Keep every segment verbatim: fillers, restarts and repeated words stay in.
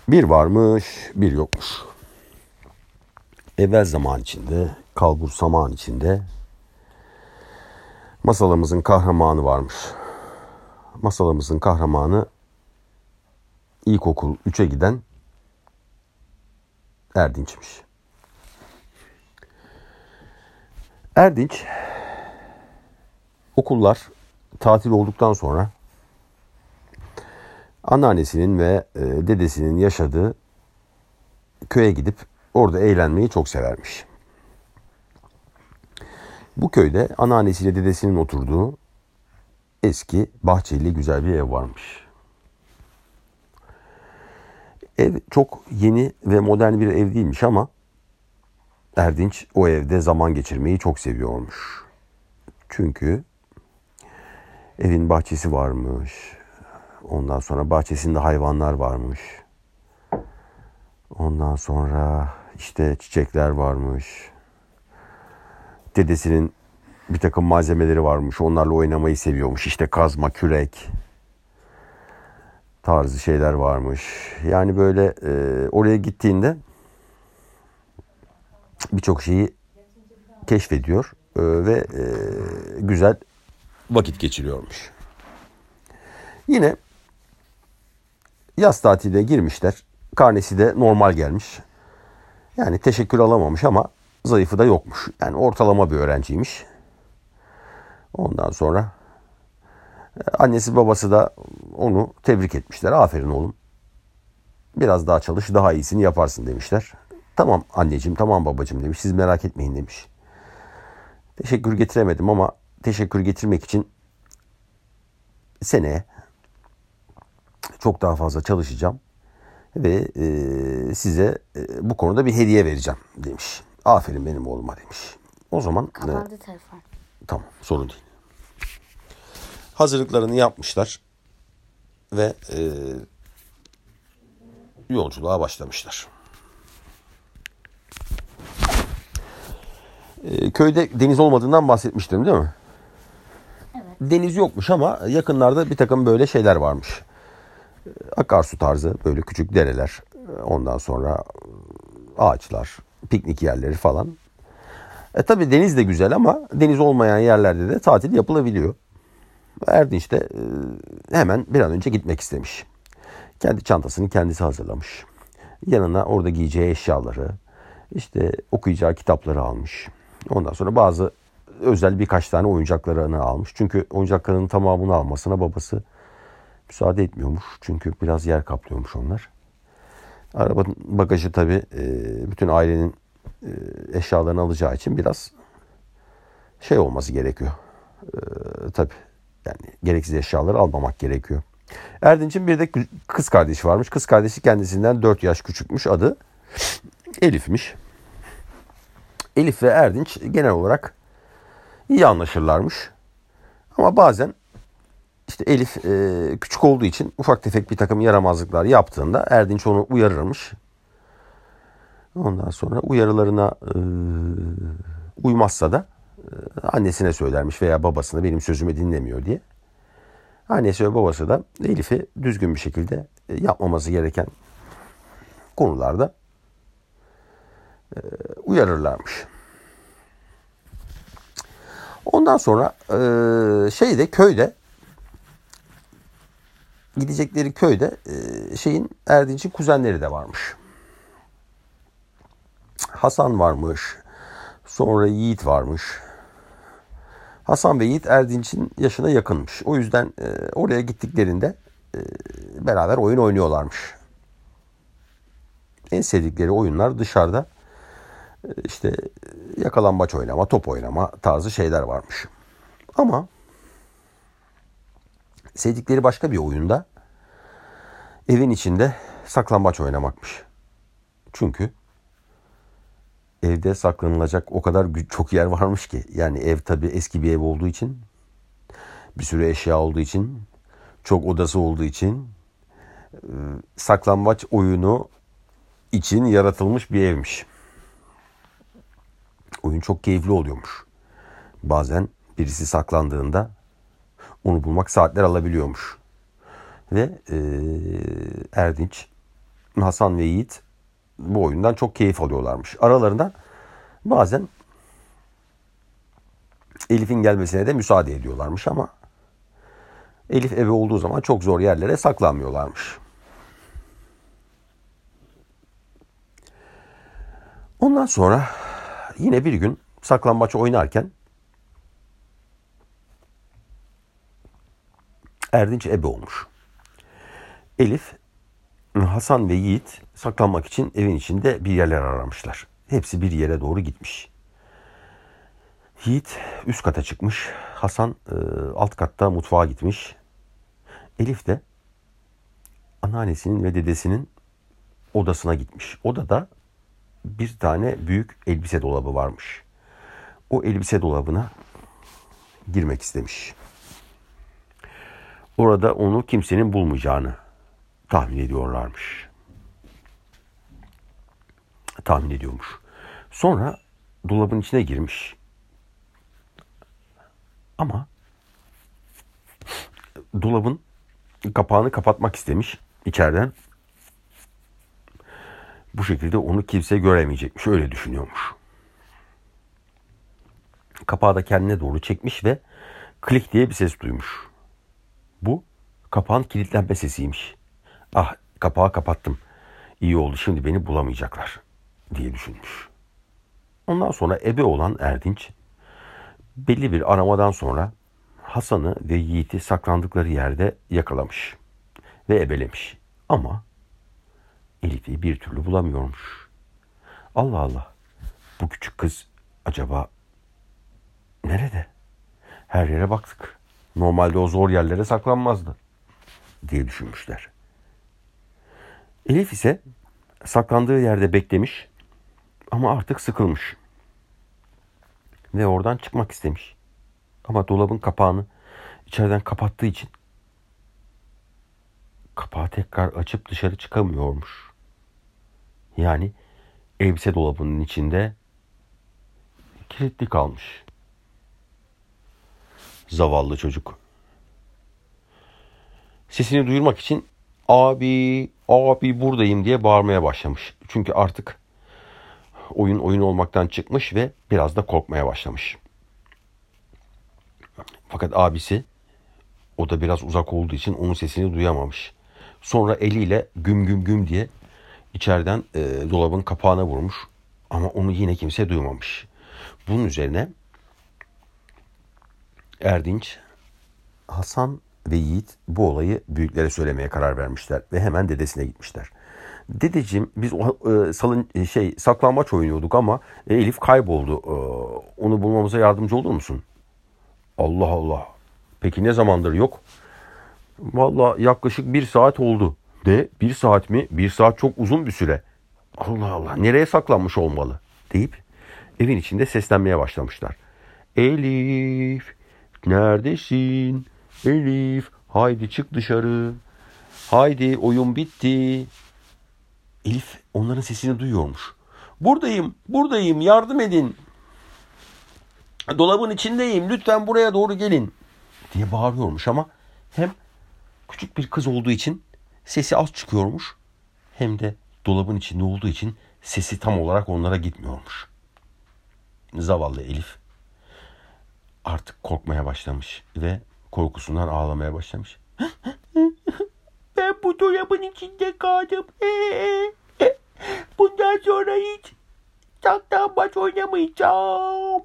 Bir varmış, bir yokmuş. Evvel zaman içinde, kalbur saman içinde masalımızın kahramanı varmış. Masalımızın kahramanı ilkokul üçe giden Erdinç'miş. Erdinç okullar tatil olduktan sonra anneannesinin ve dedesinin yaşadığı köye gidip orada eğlenmeyi çok severmiş. Bu köyde anneannesiyle dedesinin oturduğu eski bahçeli güzel bir ev varmış. Ev çok yeni ve modern bir ev değilmiş ama Erdinç o evde zaman geçirmeyi çok seviyormuş. Çünkü evin bahçesi varmış. Ondan sonra bahçesinde hayvanlar varmış. Ondan sonra işte çiçekler varmış. Dedesinin bir takım malzemeleri varmış. Onlarla oynamayı seviyormuş. İşte kazma, kürek tarzı şeyler varmış. Yani böyle e, oraya gittiğinde birçok şeyi keşfediyor e, ve e, güzel vakit geçiriyormuş. Yine yaz tatiline girmişler. Karnesi de normal gelmiş. Yani teşekkür alamamış ama zayıfı da yokmuş. Yani ortalama bir öğrenciymiş. Ondan sonra annesi babası da onu tebrik etmişler. Aferin oğlum. Biraz daha çalış, daha iyisini yaparsın demişler. Tamam anneciğim, tamam babacığım demiş. Siz merak etmeyin demiş. Teşekkür getiremedim ama teşekkür getirmek için seneye çok daha fazla çalışacağım ve e, size e, bu konuda bir hediye vereceğim demiş. Aferin benim oğluma demiş. O zaman kapandı e, telefon. Tamam, sorun değil. Hazırlıklarını yapmışlar ve e, yolculuğa başlamışlar. E, köyde deniz olmadığından bahsetmiştim değil mi? Evet. Deniz yokmuş ama yakınlarda bir takım böyle şeyler varmış. Akarsu tarzı böyle küçük dereler, ondan sonra ağaçlar, piknik yerleri falan. E tabi deniz de güzel ama deniz olmayan yerlerde de tatil yapılabiliyor. Erdinç de e, hemen bir an önce gitmek istemiş. Kendi çantasını kendisi hazırlamış. Yanına orada giyeceği eşyaları, işte okuyacağı kitapları almış. Ondan sonra bazı özel birkaç tane oyuncaklarını almış. Çünkü oyuncaklarının tamamını almasına babası müsaade etmiyormuş. Çünkü biraz yer kaplıyormuş onlar. Arabanın bagajı tabii bütün ailenin eşyalarını alacağı için biraz şey olması gerekiyor. Tabii yani gereksiz eşyaları almamak gerekiyor. Erdinç'in bir de kız kardeşi varmış. Kız kardeşi kendisinden dört yaş küçükmüş. Adı Elif'miş. Elif ve Erdinç genel olarak iyi anlaşırlarmış. Ama bazen işte Elif e, küçük olduğu için ufak tefek bir takım yaramazlıklar yaptığında Erdinç onu uyarırmış. Ondan sonra uyarılarına e, uymazsa da e, annesine söylermiş veya babasına benim sözümü dinlemiyor diye. Annesi ve babası da Elif'i düzgün bir şekilde e, yapmaması gereken konularda e, uyarırlarmış. Ondan sonra e, şeyde köyde gidecekleri köyde e, şeyin Erdinç'in kuzenleri de varmış. Hasan varmış. Sonra Yiğit varmış. Hasan ve Yiğit Erdinç'in yaşına yakınmış. O yüzden e, oraya gittiklerinde e, beraber oyun oynuyorlarmış. En sevdikleri oyunlar dışarıda e, işte yakalambaç oynama, top oynama tarzı şeyler varmış. Ama sevdikleri başka bir oyunda evin içinde saklambaç oynamakmış. Çünkü evde saklanılacak o kadar çok yer varmış ki. Yani ev tabii eski bir ev olduğu için, bir sürü eşya olduğu için, çok odası olduğu için saklambaç oyunu için yaratılmış bir evmiş. Oyun çok keyifli oluyormuş. Bazen birisi saklandığında onu bulmak saatler alabiliyormuş. Ve e, Erdinç Hasan ve Yiğit bu oyundan çok keyif alıyorlarmış. Aralarında bazen Elif'in gelmesine de müsaade ediyorlarmış ama Elif eve olduğu zaman çok zor yerlere saklanmıyorlarmış. Ondan sonra yine bir gün saklambaç oynarken Erdinç ebe olmuş. Elif, Hasan ve Yiğit saklanmak için evin içinde bir yerler aramışlar. Hepsi bir yere doğru gitmiş. Yiğit üst kata çıkmış. Hasan e, alt katta mutfağa gitmiş. Elif de anneannesinin ve dedesinin odasına gitmiş. Odada bir tane büyük elbise dolabı varmış. O elbise dolabına girmek istemiş. Orada onu kimsenin bulmayacağını tahmin ediyorlarmış. Tahmin ediyormuş. Sonra dolabın içine girmiş. Ama dolabın kapağını kapatmak istemiş içeriden. Bu şekilde onu kimse göremeyecekmiş. Öyle düşünüyormuş. Kapağı da kendine doğru çekmiş ve klik diye bir ses duymuş. Bu kapağın kilitlenme sesiymiş. Ah, kapağı kapattım. İyi oldu, şimdi beni bulamayacaklar diye düşünmüş. Ondan sonra ebe olan Erdinç belli bir aramadan sonra Hasan'ı ve Yiğit'i saklandıkları yerde yakalamış ve ebelemiş. Ama Elif'i bir türlü bulamıyormuş. Allah Allah, bu küçük kız acaba nerede? Her yere baktık. Normalde o zor yerlere saklanmazdı diye düşünmüşler. Elif ise saklandığı yerde beklemiş ama artık sıkılmış. Ve oradan çıkmak istemiş. Ama dolabın kapağını içeriden kapattığı için kapağı tekrar açıp dışarı çıkamıyormuş. Yani elbise dolabının içinde kilitli kalmış. Zavallı çocuk. Sesini duyurmak için abi, abi buradayım diye bağırmaya başlamış. Çünkü artık oyun oyun olmaktan çıkmış ve biraz da korkmaya başlamış. Fakat abisi, o da biraz uzak olduğu için onun sesini duyamamış. Sonra eliyle güm güm güm diye içeriden e, dolabın kapağına vurmuş. Ama onu yine kimse duymamış. Bunun üzerine Erdinç, Hasan ve Yiğit bu olayı büyüklere söylemeye karar vermişler ve hemen dedesine gitmişler. Dedeciğim, biz e, salın e, şey saklambaç oynuyorduk ama e, Elif kayboldu. E, onu bulmamıza yardımcı olur musun? Allah Allah. Peki ne zamandır yok? Vallahi yaklaşık bir saat oldu. De bir saat mi? Bir saat çok uzun bir süre. Allah Allah, nereye saklanmış olmalı deyip evin içinde seslenmeye başlamışlar. Elif, neredesin? Elif, haydi çık dışarı. Haydi, oyun bitti. Elif onların sesini duyuyormuş. Buradayım, buradayım, yardım edin. Dolabın içindeyim, lütfen buraya doğru gelin diye bağırıyormuş ama hem küçük bir kız olduğu için sesi az çıkıyormuş, hem de dolabın içinde olduğu için sesi tam olarak onlara gitmiyormuş. Zavallı Elif artık korkmaya başlamış ve korkusundan ağlamaya başlamış. Ben bu dolabın içinde kaldım. Bundan sonra hiç saklambaç oynamayacağım.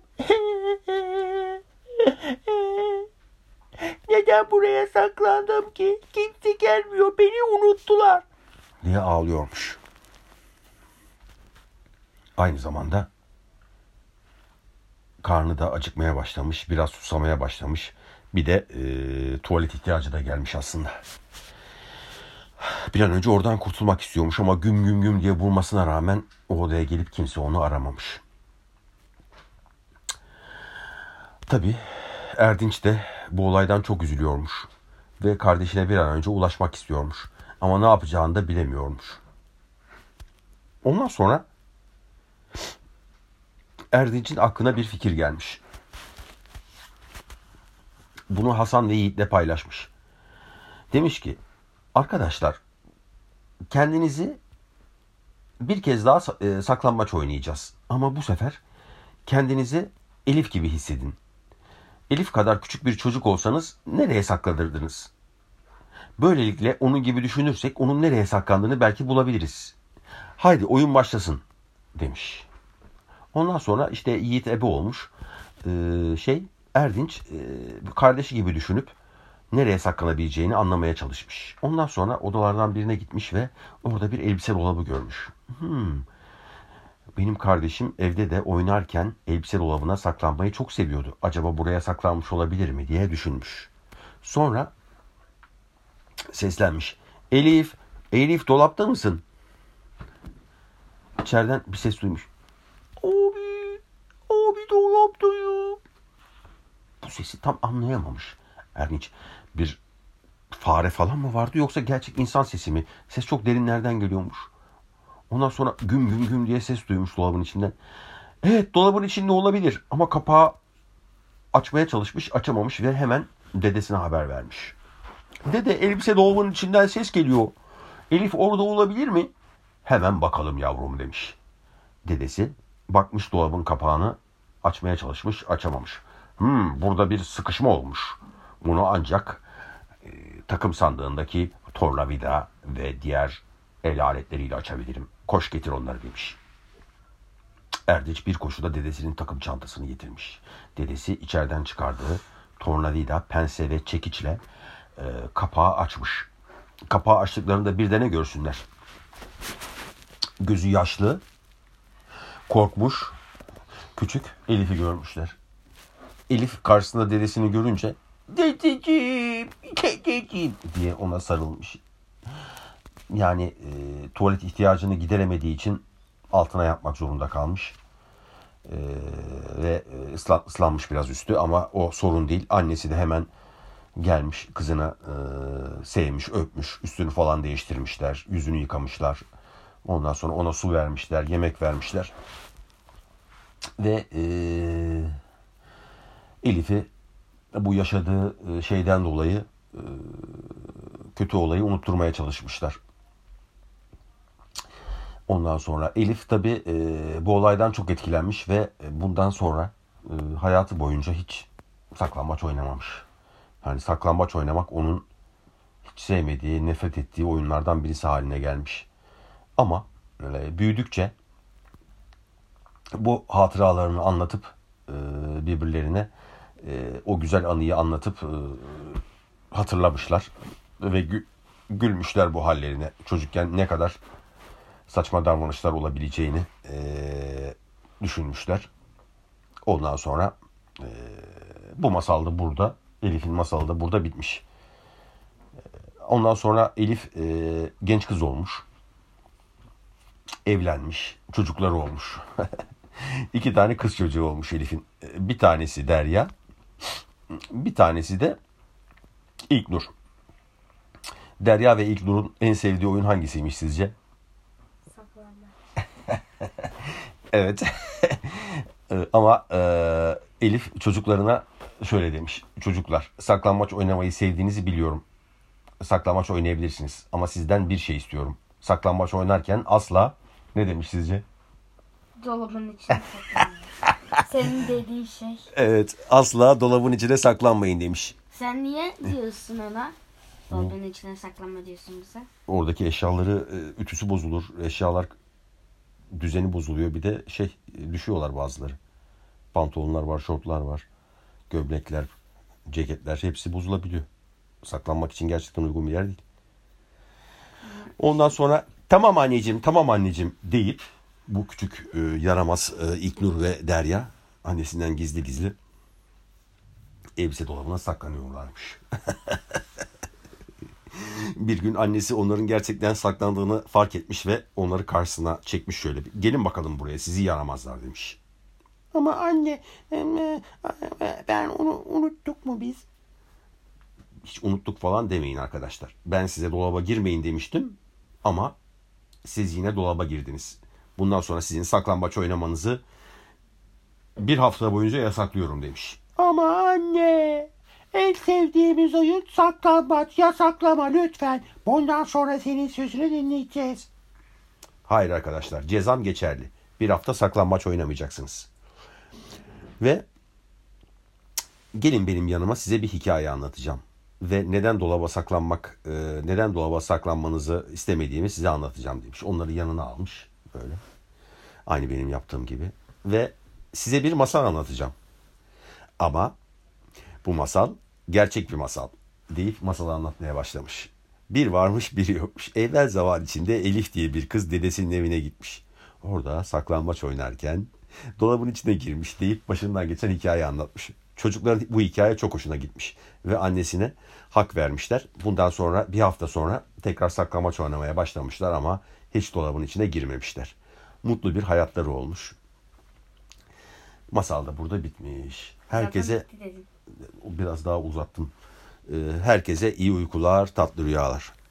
Neden buraya saklandım ki? Kimse gelmiyor, beni unuttular diye ağlıyormuş. Aynı zamanda karnı da acıkmaya başlamış, biraz susamaya başlamış. Bir de e, tuvalet ihtiyacı da gelmiş aslında. Bir an önce oradan kurtulmak istiyormuş ama güm güm güm diye vurmasına rağmen o odaya gelip kimse onu aramamış. Tabii Erdinç de bu olaydan çok üzülüyormuş ve kardeşine bir an önce ulaşmak istiyormuş. Ama ne yapacağını da bilemiyormuş. Ondan sonra Erdinç'in aklına bir fikir gelmiş. Bunu Hasan ve Yiğit'le paylaşmış. Demiş ki, arkadaşlar, kendinizi Bir kez daha e, saklambaç oynayacağız. Ama bu sefer kendinizi Elif gibi hissedin. Elif kadar küçük bir çocuk olsanız nereye saklanırdınız? Böylelikle onun gibi düşünürsek onun nereye saklandığını belki bulabiliriz. Haydi oyun başlasın demiş. Ondan sonra işte Yiğit ebe olmuş. Ee, şey Erdinç e, kardeşi gibi düşünüp nereye saklanabileceğini anlamaya çalışmış. Ondan sonra odalardan birine gitmiş ve orada bir elbise dolabı görmüş. Hmm, benim kardeşim evde de oynarken elbise dolabına saklanmayı çok seviyordu. Acaba buraya saklanmış olabilir mi diye düşünmüş. Sonra seslenmiş. Elif, Elif dolapta mısın? İçeriden bir ses duymuş. Abi, abi dolaptayım. Bu sesi tam anlayamamış. Erdinç bir fare falan mı vardı yoksa gerçek insan sesi mi? Ses çok derinlerden geliyormuş. Ondan sonra güm güm güm diye ses duymuş dolabın içinden. Evet dolabın içinde olabilir ama kapağı açmaya çalışmış açamamış ve hemen dedesine haber vermiş. Dede elbise dolabının içinden ses geliyor. Elif orada olabilir mi? Hemen bakalım yavrum demiş. Dedesi bakmış dolabın kapağını açmaya çalışmış açamamış. Hmm, burada bir sıkışma olmuş. Bunu ancak e, takım sandığındaki tornavida ve diğer el aletleriyle açabilirim. Koş getir onları demiş. Erdinç bir koşuda dedesinin takım çantasını getirmiş. Dedesi içeriden çıkardığı tornavida, pense ve çekiçle e, kapağı açmış. Kapağı açtıklarında bir de ne görsünler? Gözü yaşlı, korkmuş, küçük Elif'i görmüşler. Elif karşısında dedesini görünce dedeciğim, dedeciğim diye ona sarılmış. Yani e, tuvalet ihtiyacını gideremediği için altına yapmak zorunda kalmış. E, ve ıslan, ıslanmış biraz üstü ama o sorun değil. Annesi de hemen gelmiş kızına e, sevmiş, öpmüş, üstünü falan değiştirmişler, yüzünü yıkamışlar. Ondan sonra ona su vermişler, yemek vermişler. Ve e, Elif'i bu yaşadığı şeyden dolayı e, kötü olayı unutturmaya çalışmışlar. Ondan sonra Elif tabii e, bu olaydan çok etkilenmiş ve bundan sonra e, hayatı boyunca hiç saklambaç oynamamış. Yani saklambaç oynamak onun hiç sevmediği, nefret ettiği oyunlardan birisi haline gelmiş. Ama e, büyüdükçe bu hatıralarını anlatıp e, birbirlerine e, o güzel anıyı anlatıp e, hatırlamışlar ve gü- gülmüşler bu hallerine. Çocukken ne kadar saçma davranışlar olabileceğini e, düşünmüşler. Ondan sonra e, bu masal da burada, Elif'in masalı da burada bitmiş. Ondan sonra Elif e, genç kız olmuş. Evlenmiş. Çocukları olmuş. İki tane kız çocuğu olmuş Elif'in. Bir tanesi Derya. Bir tanesi de İlknur. Derya ve İlknur'un en sevdiği oyun hangisiymiş sizce? Saklanmaç. Evet. Ama e, Elif çocuklarına şöyle demiş. Çocuklar, saklambaç oynamayı sevdiğinizi biliyorum. Saklambaç oynayabilirsiniz. Ama sizden bir şey istiyorum. Saklambaç oynarken asla ne demiş sizce? Dolabın içine saklanmaç. Senin dediğin şey. Evet, asla dolabın içine saklanmayın demiş. Sen niye diyorsun ona? Dolabın içine saklanma diyorsun bize. Oradaki eşyaları ütüsü bozulur. Eşyalar düzeni bozuluyor. Bir de şey düşüyorlar bazıları. Pantolonlar var, şortlar var. Gömlekler, ceketler hepsi bozulabiliyor. Saklanmak için gerçekten uygun bir yer değil. Ondan sonra tamam anneciğim, tamam anneciğim deyip bu küçük e, yaramaz e, İlknur ve Derya annesinden gizli gizli elbise dolabına saklanıyorlarmış. Bir gün annesi onların gerçekten saklandığını fark etmiş ve onları karşısına çekmiş şöyle bir. Gelin bakalım buraya, sizi yaramazlar demiş. Ama anne ben onu unuttuk mu biz? Hiç unuttuk falan demeyin arkadaşlar. Ben size dolaba girmeyin demiştim ama siz yine dolaba girdiniz. Bundan sonra sizin saklambaç oynamanızı bir hafta boyunca yasaklıyorum demiş. Ama anne, en sevdiğimiz oyun saklambaç. Yasaklama lütfen. Bundan sonra senin sözünü dinleyeceğiz. Hayır arkadaşlar, cezam geçerli. Bir hafta saklambaç oynamayacaksınız. Ve gelin benim yanıma, size bir hikaye anlatacağım. Ve neden dolaba saklanmak, e, neden dolaba saklanmanızı istemediğimi size anlatacağım demiş. Onları yanına almış böyle. Aynı benim yaptığım gibi. Ve size bir masal anlatacağım. Ama bu masal gerçek bir masal deyip masalı anlatmaya başlamış. Bir varmış biri yokmuş. Evvel zaman içinde Elif diye bir kız dedesinin evine gitmiş. Orada saklambaç oynarken dolabın içine girmiş deyip başından geçen hikaye anlatmış. Çocukların bu hikaye çok hoşuna gitmiş. Ve annesine hak vermişler. Bundan sonra, bir hafta sonra tekrar saklambaç oynamaya başlamışlar ama hiç dolabın içine girmemişler. Mutlu bir hayatları olmuş. Masal da burada bitmiş. Herkese, Zaten bitti dedin. biraz daha uzattım. Ee, Herkese iyi uykular, tatlı rüyalar.